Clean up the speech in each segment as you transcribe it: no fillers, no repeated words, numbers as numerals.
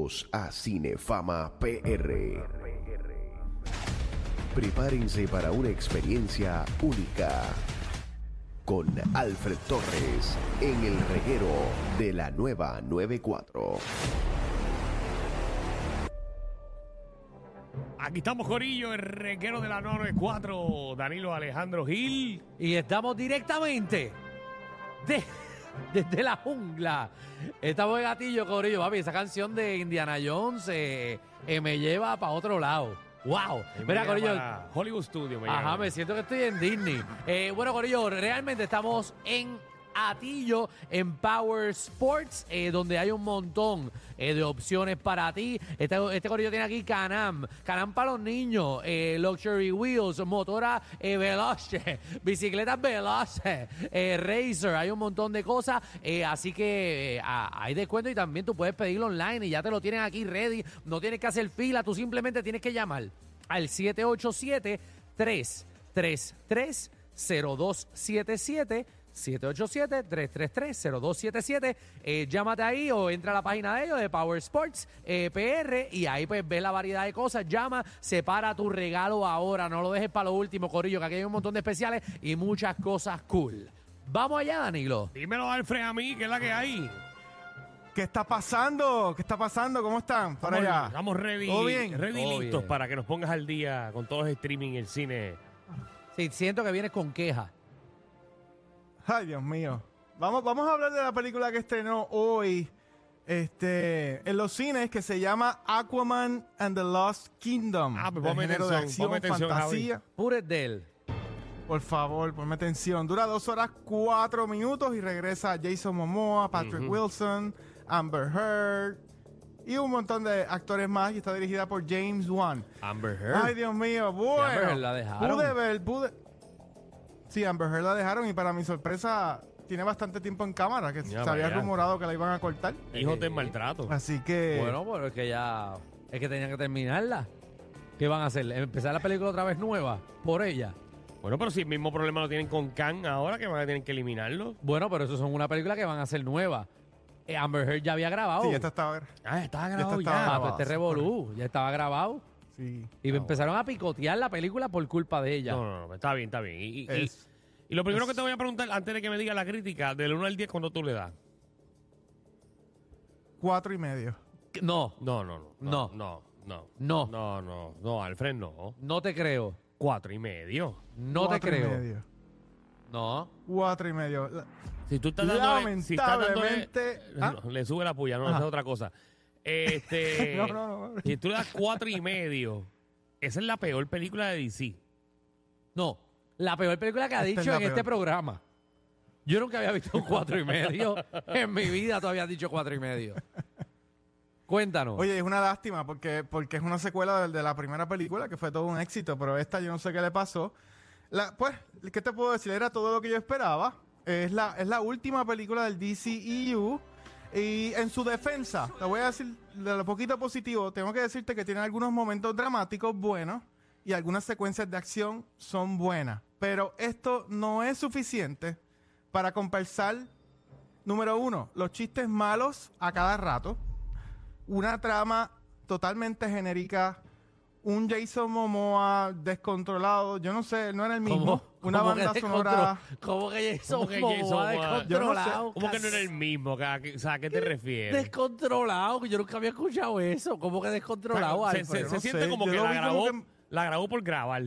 Bienvenidos a Cinefama PR. Prepárense para una experiencia única con Alfred Torres en el reguero de la nueva 94. Aquí estamos, corillo, el reguero de la 94, Danilo Alejandro Gil. Y estamos directamente desde la jungla. Estamos en Gatillo, corillo, papi. Esa canción de Indiana Jones me lleva para otro lado. ¡Wow! Mira, corillo. Hollywood Studio me Ajá, llama. me siento que estoy en Disney. Bueno, corillo, realmente estamos en Atillo, en Power Sports, donde hay un montón de opciones para ti. Este corillo tiene aquí Can-Am para los niños, Luxury Wheels, motora Veloce, bicicletas Veloce, Racer, hay un montón de cosas, así que hay descuento y también tú puedes pedirlo online y ya te lo tienen aquí ready, no tienes que hacer fila, tú simplemente tienes que llamar al 787-333-0277, 787-333-0277. Llámate ahí o entra a la página de ellos de Power Sports PR y ahí pues ves la variedad de cosas. Llama, separa tu regalo ahora, no lo dejes para lo último, corillo, que aquí hay un montón de especiales y muchas cosas cool. Vamos allá, Danilo. Dímelo, Alfred, a mí, ¿qué es la que hay? ¿Qué está pasando? ¿Qué está pasando? ¿Cómo están? Para allá. Estamos ready, ¿Todo bien? ready Todo listos bien. para que nos pongas al día con todos los streaming y el cine. Sí, siento que vienes con queja. Ay, Dios mío. Vamos a hablar de la película que estrenó hoy en los cines, que se llama Aquaman and the Lost Kingdom. Pues del ponme género de atención, acción, fantasía. Pure del. Por favor, ponme atención. Dura 2 horas 4 minutos y regresa Jason Momoa, Patrick Wilson, Amber Heard y un montón de actores más, y está dirigida por James Wan. Amber Heard. Ay, Dios mío. Amber Bueno, Heard la dejaron. Sí, Amber Heard la dejaron y para mi sorpresa tiene bastante tiempo en cámara, que Ya, se había vaya. rumorado que la iban a cortar. Hijos del maltrato. Así que... Bueno, pero es que ya... Es que tenían que terminarla. ¿Qué van a hacer? ¿Empezar la película otra vez nueva? ¿Por ella? Bueno, pero si el mismo problema lo tienen con Khan ahora, que van a tener que eliminarlo. Bueno, pero eso son una película que van a hacer nueva. Amber Heard ya había grabado. Sí, esta estaba... Estaba grabado grabado ya. Ah, pues este revolú. Ya estaba grabado. Sí. Y empezaron a picotear la película por culpa de ella. No, está bien, está bien. Es- Y lo primero que te voy a preguntar, antes de que me digas la crítica, del 1 al 10, ¿cuánto tú le das? 4.5. No, No, no, no. No. No, no. No. No, no, no, Alfred, no. no te creo. 4.5. No te creo. 4.5. No. 4.5. Si tú estás dándole... Si estás dándole Lamentablemente... ¿Ah? no, le sube la puya, no, esa es otra cosa. No. Si tú le das 4.5, esa es la peor película de DC. No. La peor película que ha Esta es dicho la en este peor. programa. Yo nunca había visto un 4.5. En mi vida tú habías dicho 4.5. Cuéntanos. Oye, es una lástima porque es una secuela de la primera película, que fue todo un éxito, pero esta yo no sé qué le pasó. Pues, ¿qué te puedo decir? Era todo lo que yo esperaba. Es la última película del DCEU. Y en su defensa, te voy a decir de lo poquito positivo, tengo que decirte que tiene algunos momentos dramáticos buenos y algunas secuencias de acción son buenas. Pero esto no es suficiente para compensar, número uno, los chistes malos a cada rato, una trama totalmente genérica, un Jason Momoa descontrolado, yo no sé, no era el mismo, una banda sonora... ¿Cómo que Jason ¿Cómo que Momoa Jason Momoa? descontrolado? ¿Cómo que no era el mismo? O sea, ¿a qué te refieres? Descontrolado, yo nunca había escuchado eso. ¿Cómo que descontrolado, Se Alfred? no siente sé, como yo que lo la vi grabó, como que- la grabó por grabar.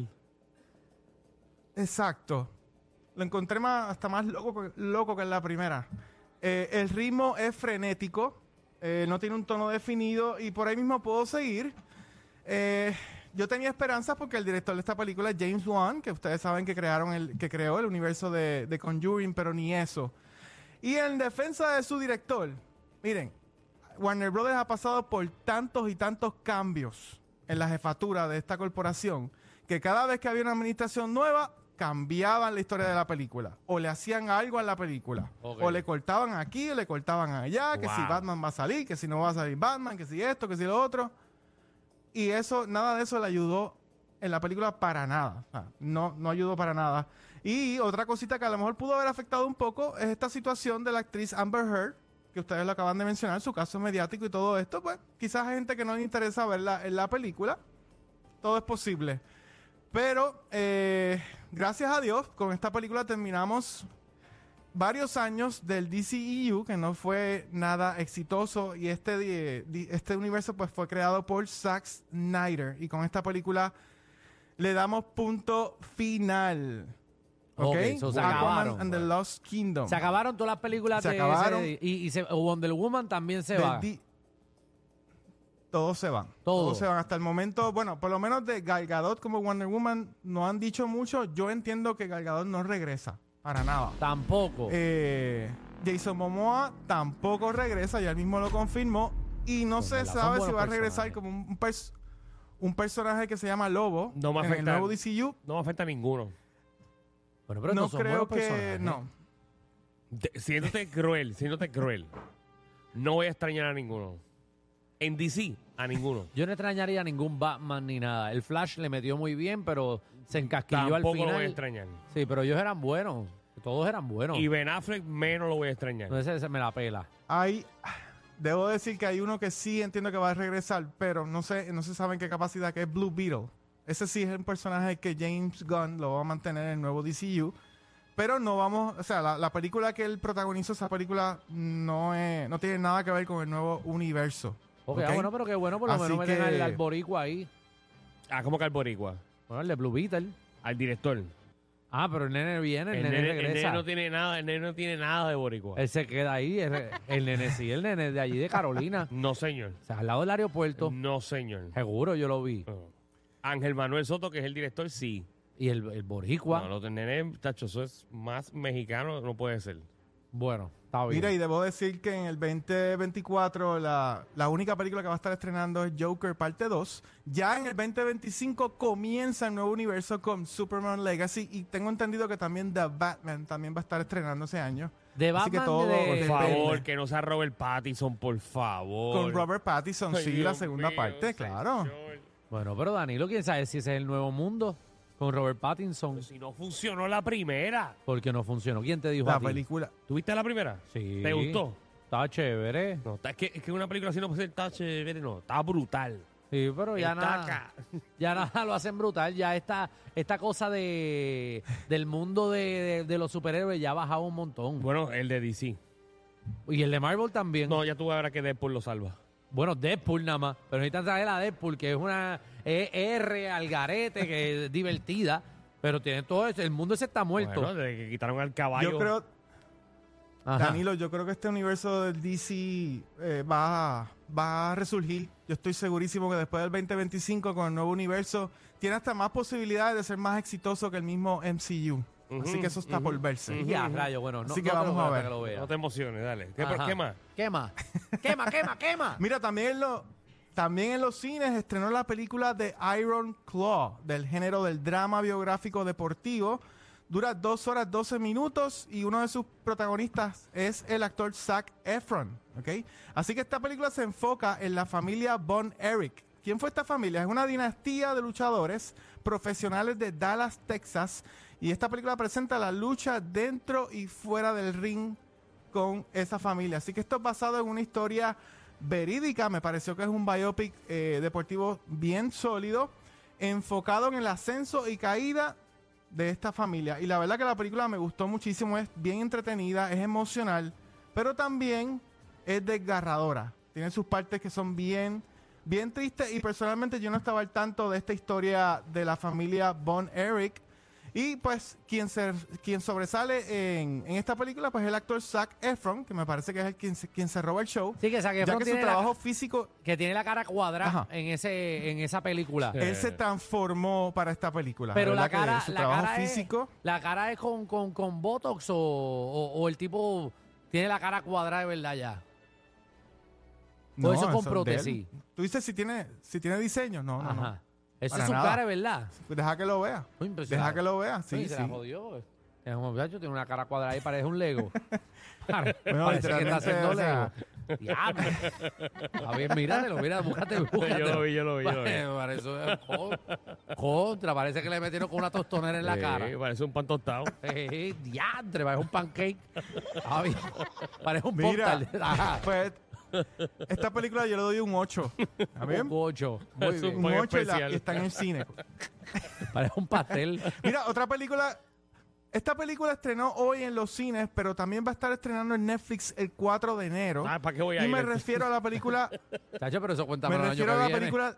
Exacto. Lo encontré hasta más loco que en la primera. El ritmo es frenético, no tiene un tono definido y por ahí mismo puedo seguir. Yo tenía esperanzas porque el director de esta película es James Wan, que ustedes saben que creó el universo de Conjuring, pero ni eso. Y en defensa de su director, miren, Warner Brothers ha pasado por tantos y tantos cambios en la jefatura de esta corporación que cada vez que había una administración nueva, cambiaban la historia de la película. O le hacían algo a la película. Ok. O le cortaban aquí, o le cortaban allá, que Wow. si Batman va a salir, que si no va a salir Batman, que si esto, que si lo otro. Y eso, nada de eso le ayudó en la película para nada. No ayudó para nada. Y otra cosita que a lo mejor pudo haber afectado un poco es esta situación de la actriz Amber Heard, que ustedes lo acaban de mencionar, su caso mediático y todo esto, pues quizás hay gente que no le interesa verla en la película. Todo es posible. Pero, gracias a Dios, con esta película terminamos varios años del DCEU, que no fue nada exitoso, y este universo pues fue creado por Zack Snyder, y con esta película le damos punto final. ¿Ok? So se Aquaman acabaron. and the Lost Kingdom. Se acabaron todas las películas Se de acabaron. Wonder Woman también se Del va. Todos se van. Todo. Todos se van hasta el momento. Bueno, por lo menos de Gal Gadot como Wonder Woman no han dicho mucho. Yo entiendo que Gal Gadot no regresa para nada. Tampoco. Jason Momoa tampoco regresa, ya él mismo lo confirmó. Y no Pues, se ¿verdad? Son sabe si buenos va a regresar personajes. como un personaje que se llama Lobo No me en el afecta. nuevo DCU. No me afecta a ninguno. Bueno, pero No estos son creo buenos que... personajes. No. Siéndote cruel. No voy a extrañar a ninguno. En DC, a ninguno. Yo no extrañaría a ningún Batman ni nada. El Flash le metió muy bien, pero se encasquilló al Tampoco lo final. voy a extrañar. Sí, pero ellos eran buenos. Todos eran buenos. Y Ben Affleck menos lo voy a extrañar. Entonces ese me la pela. Debo decir que hay uno que sí entiendo que va a regresar, pero no se sabe en qué capacidad, que es Blue Beetle. Ese sí es un personaje que James Gunn lo va a mantener en el nuevo DCU. Pero no vamos, o sea, la película que él protagonizó, esa película no tiene nada que ver con el nuevo universo. Ok, ¿ok? bueno, pero qué bueno, por lo Así menos meten que- al boricua ahí. ¿Cómo que al boricua? Bueno, el de Blue Beetle. Al director. Ah, pero el nene viene, el nene el regresa. nene no tiene nada, el nene no tiene nada de boricua. Él se queda ahí. El nene sí, el nene de allí de Carolina. No, señor. O sea, al lado del aeropuerto. No, señor. Seguro, yo lo vi. No. Ángel Manuel Soto, que es el director, sí. Y el boricua. No, los nenes, tacho, eso es más mexicano, no puede ser. Bueno, está bien. Mira, y debo decir que en el 2024 la única película que va a estar estrenando es Joker parte 2. Ya en el 2025 comienza el nuevo universo con Superman Legacy, y tengo entendido que también The Batman también va a estar estrenando ese año. de Así que Batman, todo- Por de, favor, que no sea Robert Pattinson, por favor. Con Robert Pattinson, Ay, sí, Dios la segunda mío, parte, claro. señor. Bueno, pero Danilo, quién sabe si ese es el nuevo mundo con Robert Pattinson. Si no funcionó la primera. Porque no funcionó. ¿Quién te dijo La a ti? película. ¿Tuviste la primera? Sí. ¿Te gustó? Estaba chévere. No, es que una película así no puede ser tan chévere, no. Está brutal. Sí, pero ya Está nada. acá. Ya nada lo hacen brutal. Ya esta cosa del mundo de los superhéroes ya ha bajado un montón. Bueno, el de DC. Y el de Marvel también. No, ya tú verás que Deadpool lo salva. Bueno, Deadpool nada más. Pero necesitan traer a Deadpool, que es una R al garete, que es divertida. Pero tiene todo eso. El mundo ese está muerto. Bueno, desde que quitaron al caballo. Yo creo, Ajá. Danilo, yo creo que este universo del DC va a resurgir. Yo estoy segurísimo que después del 2025, con el nuevo universo, tiene hasta más posibilidades de ser más exitoso que el mismo MCU. Así que eso está por verse. Ya, rayo, bueno. No, Así que no te vamos lo a veo ver. para que lo vea. No te emociones, dale. ¿Qué, Ajá. ¿Qué más? Quema. Quema. Mira, también en los cines estrenó la película de Iron Claw, del género del drama biográfico deportivo. Dura 2 horas 12 minutos y uno de sus protagonistas es el actor Zac Efron. ¿Ok? Así que esta película se enfoca en la familia Von Erich. ¿Quién fue esta familia? Es una dinastía de luchadores profesionales de Dallas, Texas. Y esta película presenta la lucha dentro y fuera del ring con esa familia. Así que esto es basado en una historia verídica. Me pareció que es un biopic deportivo bien sólido, enfocado en el ascenso y caída de esta familia. Y la verdad que la película me gustó muchísimo. Es bien entretenida, es emocional, pero también es desgarradora. Tiene sus partes que son bien tristes, y personalmente yo no estaba al tanto de esta historia de la familia Von Erich. Y pues quien sobresale en esta película pues es el actor Zac Efron, que me parece que es quien se roba el show. Sí, que Zac Ya Efron que su tiene trabajo físico, que tiene la cara cuadrada Ajá. en esa película. Sí. él se transformó para esta película. Pero la verdad que cara, su la trabajo cara físico, la cara es con Botox o el tipo tiene la cara cuadrada de verdad ya. O eso con es de prótesis. él. Tú dices si tiene diseño, no. Ajá. Eso Para es su nada. cara de verdad. Deja que lo vea. Muy impresionante. Deja que lo vea. Sí, Oye, se sí. la jodió. Es un muchacho, tiene una cara cuadrada y parece un Lego. Bueno, Parece que está literalmente, haciendo o sea, Lego. Diablo. A ver, míralo, búscate. Yo lo vi. Para eso es contra, parece que le metieron con una tostonera en la cara. Parece un pan tostado. Diantre, parece un pancake. Javi, parece un Mira, postal. Ajá. pues, esta película yo le doy un 8. ¿Está bien? Un 8. Muy Es un bien. Un Muy 8 especial. y está en el cine. Parece un pastel. Mira, otra película. Esta película estrenó hoy en los cines, pero también va a estar estrenando en Netflix el 4 de enero. ¿Para qué voy a Y ir? me refiero a la película. Chacho, pero eso cuenta me para el año refiero que a la viene. película.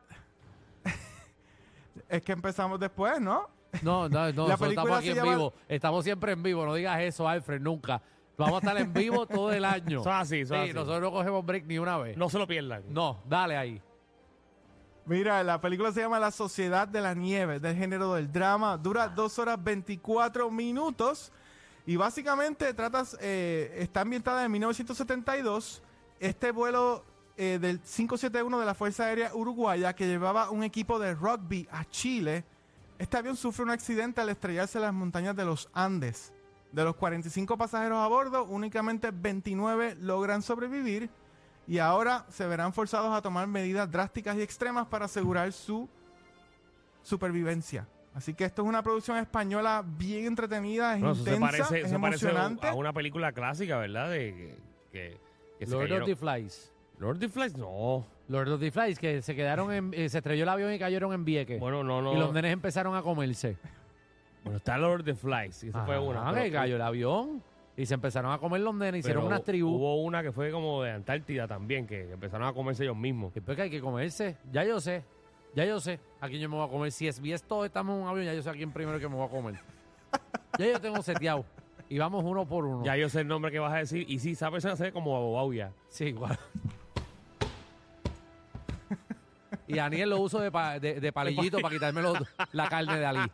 Es que empezamos después, ¿no? No, nosotros película estamos aquí se en llama- vivo. Estamos siempre en vivo. No digas eso, Alfred, nunca. Vamos a estar en vivo todo el año. Eso es así, eso es Sí, así. nosotros no cogemos break ni una vez. No se lo pierdan. No, dale ahí. Mira, la película se llama La Sociedad de la Nieve, del género del drama. Dura 2 horas 24 minutos. Y básicamente está ambientada en 1972. Este vuelo del 571 de la Fuerza Aérea Uruguaya que llevaba un equipo de rugby a Chile. Este avión sufre un accidente al estrellarse en las montañas de los Andes. De los 45 pasajeros a bordo, únicamente 29 logran sobrevivir y ahora se verán forzados a tomar medidas drásticas y extremas para asegurar su supervivencia. Así que esto es una producción española bien entretenida, es No, eso intensa, es se parece emocionante. a una película clásica, ¿verdad? De que se Lord of cayeron. the Flies. Lord of the Flies, no. Lord of the Flies, que se quedaron se estrelló el avión y cayeron en Vieques. Bueno, no. Y los nenes empezaron a comerse. Bueno, está Lord of the Flies. Y esa fue una. Ah, pero- que cayó el avión. Y se empezaron a comer los nenes, hicieron pero unas tribus. Hubo una que fue como de Antártida también, que empezaron a comerse ellos mismos. Y pues que hay que comerse. Ya yo sé. A quién yo me voy a comer. Si es bien todos estamos en un avión, ya yo sé a quién primero que me voy a comer. Ya yo tengo seteado. Y vamos uno por uno. Ya yo sé el nombre que vas a decir. Y sí, esa persona se ve como Bauya. Sí, igual. Y Daniel lo uso de palillito para quitarme la carne de Ali.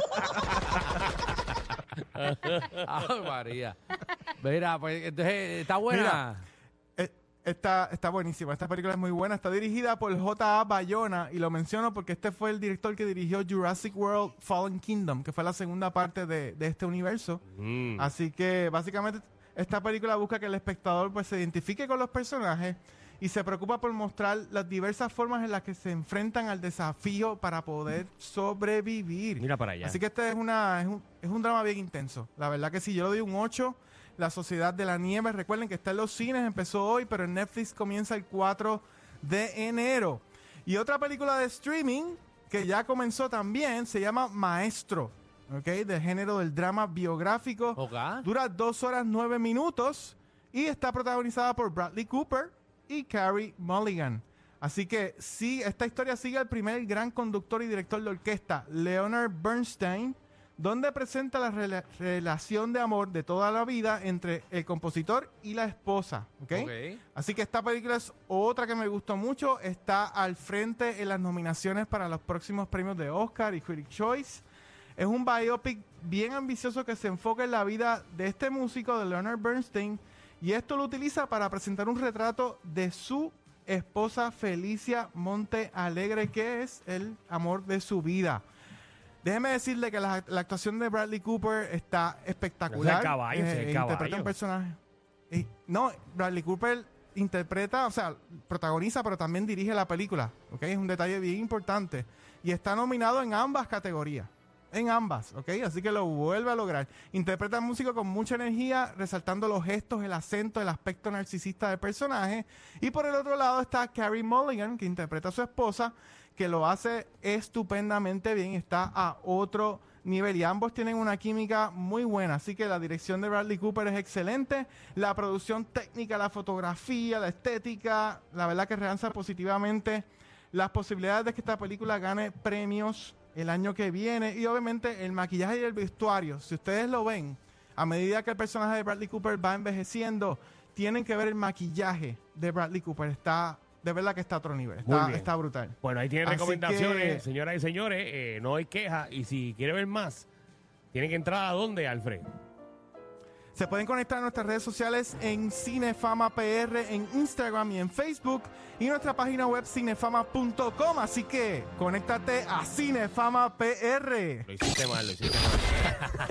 Ay, María. Mira, pues entonces está buena. Mira, está buenísima. Esta película es muy buena. Está dirigida por J.A. Bayona y lo menciono porque este fue el director que dirigió Jurassic World Fallen Kingdom, que fue la segunda parte de este universo. Así que básicamente esta película busca que el espectador pues se identifique con los personajes y se preocupa por mostrar las diversas formas en las que se enfrentan al desafío para poder sobrevivir. Mira para allá. Así que este es un drama bien intenso. La verdad que sí, yo le doy un 8. La Sociedad de la Nieve, recuerden que está en los cines, empezó hoy, pero en Netflix comienza el 4 de enero. Y otra película de streaming que ya comenzó también se llama Maestro, ¿ok? Del género del drama biográfico. Ok. Dura 2 horas 9 minutos y está protagonizada por Bradley Cooper y Carey Mulligan. Así que sí, esta historia sigue al primer gran conductor y director de orquesta, Leonard Bernstein, donde presenta la relación de amor de toda la vida entre el compositor y la esposa. ¿Ok? Así que esta película es otra que me gustó mucho. Está al frente en las nominaciones para los próximos premios de Oscar y Critics' Choice. Es un biopic bien ambicioso que se enfoca en la vida de este músico, de Leonard Bernstein, y esto lo utiliza para presentar un retrato de su esposa Felicia Monte Alegre, que es el amor de su vida. Déjeme decirle que la actuación de Bradley Cooper está espectacular. Ese es el caballo, ese es el Interpreta caballo. un personaje. No, Bradley Cooper interpreta, o sea, protagoniza, pero también dirige la película. ¿Ok? Es un detalle bien importante. Y está nominado en ambas categorías. En ambas, ¿ok? Así que lo vuelve a lograr. Interpreta al músico con mucha energía, resaltando los gestos, el acento, el aspecto narcisista del personaje. Y por el otro lado está Carey Mulligan, que interpreta a su esposa, que lo hace estupendamente bien. Está a otro nivel y ambos tienen una química muy buena. Así que la dirección de Bradley Cooper es excelente. La producción técnica, la fotografía, la estética, la verdad que realza positivamente las posibilidades de que esta película gane premios el año que viene. Y obviamente el maquillaje y el vestuario, si ustedes lo ven, a medida que el personaje de Bradley Cooper va envejeciendo, tienen que ver el maquillaje de Bradley Cooper. Está, de verdad que está a otro nivel. Muy bien. Está brutal. Bueno, ahí tienen Así recomendaciones, que- señoras y señores. No hay queja. Y si quiere ver más, tienen que entrar a dónde, Alfred. Se pueden conectar a nuestras redes sociales en Cinefama PR, en Instagram y en Facebook, y nuestra página web cinefama.com. Así que conéctate a Cinefama PR. Lo hiciste mal,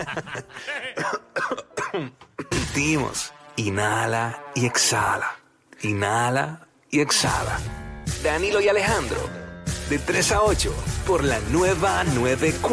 Sentimos, inhala y exhala. Inhala y exhala. Danilo y Alejandro, de 3 a 8, por la nueva 94.